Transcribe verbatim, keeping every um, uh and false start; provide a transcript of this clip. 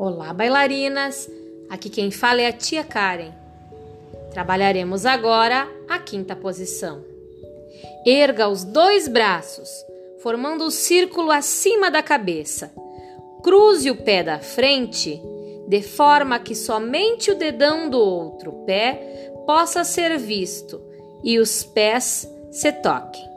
Olá, bailarinas! Aqui quem fala é a tia Karen. Trabalharemos agora a quinta posição. Erga os dois braços, formando o círculo acima da cabeça. Cruze o pé da frente, de forma que somente o dedão do outro pé possa ser visto e os pés se toquem.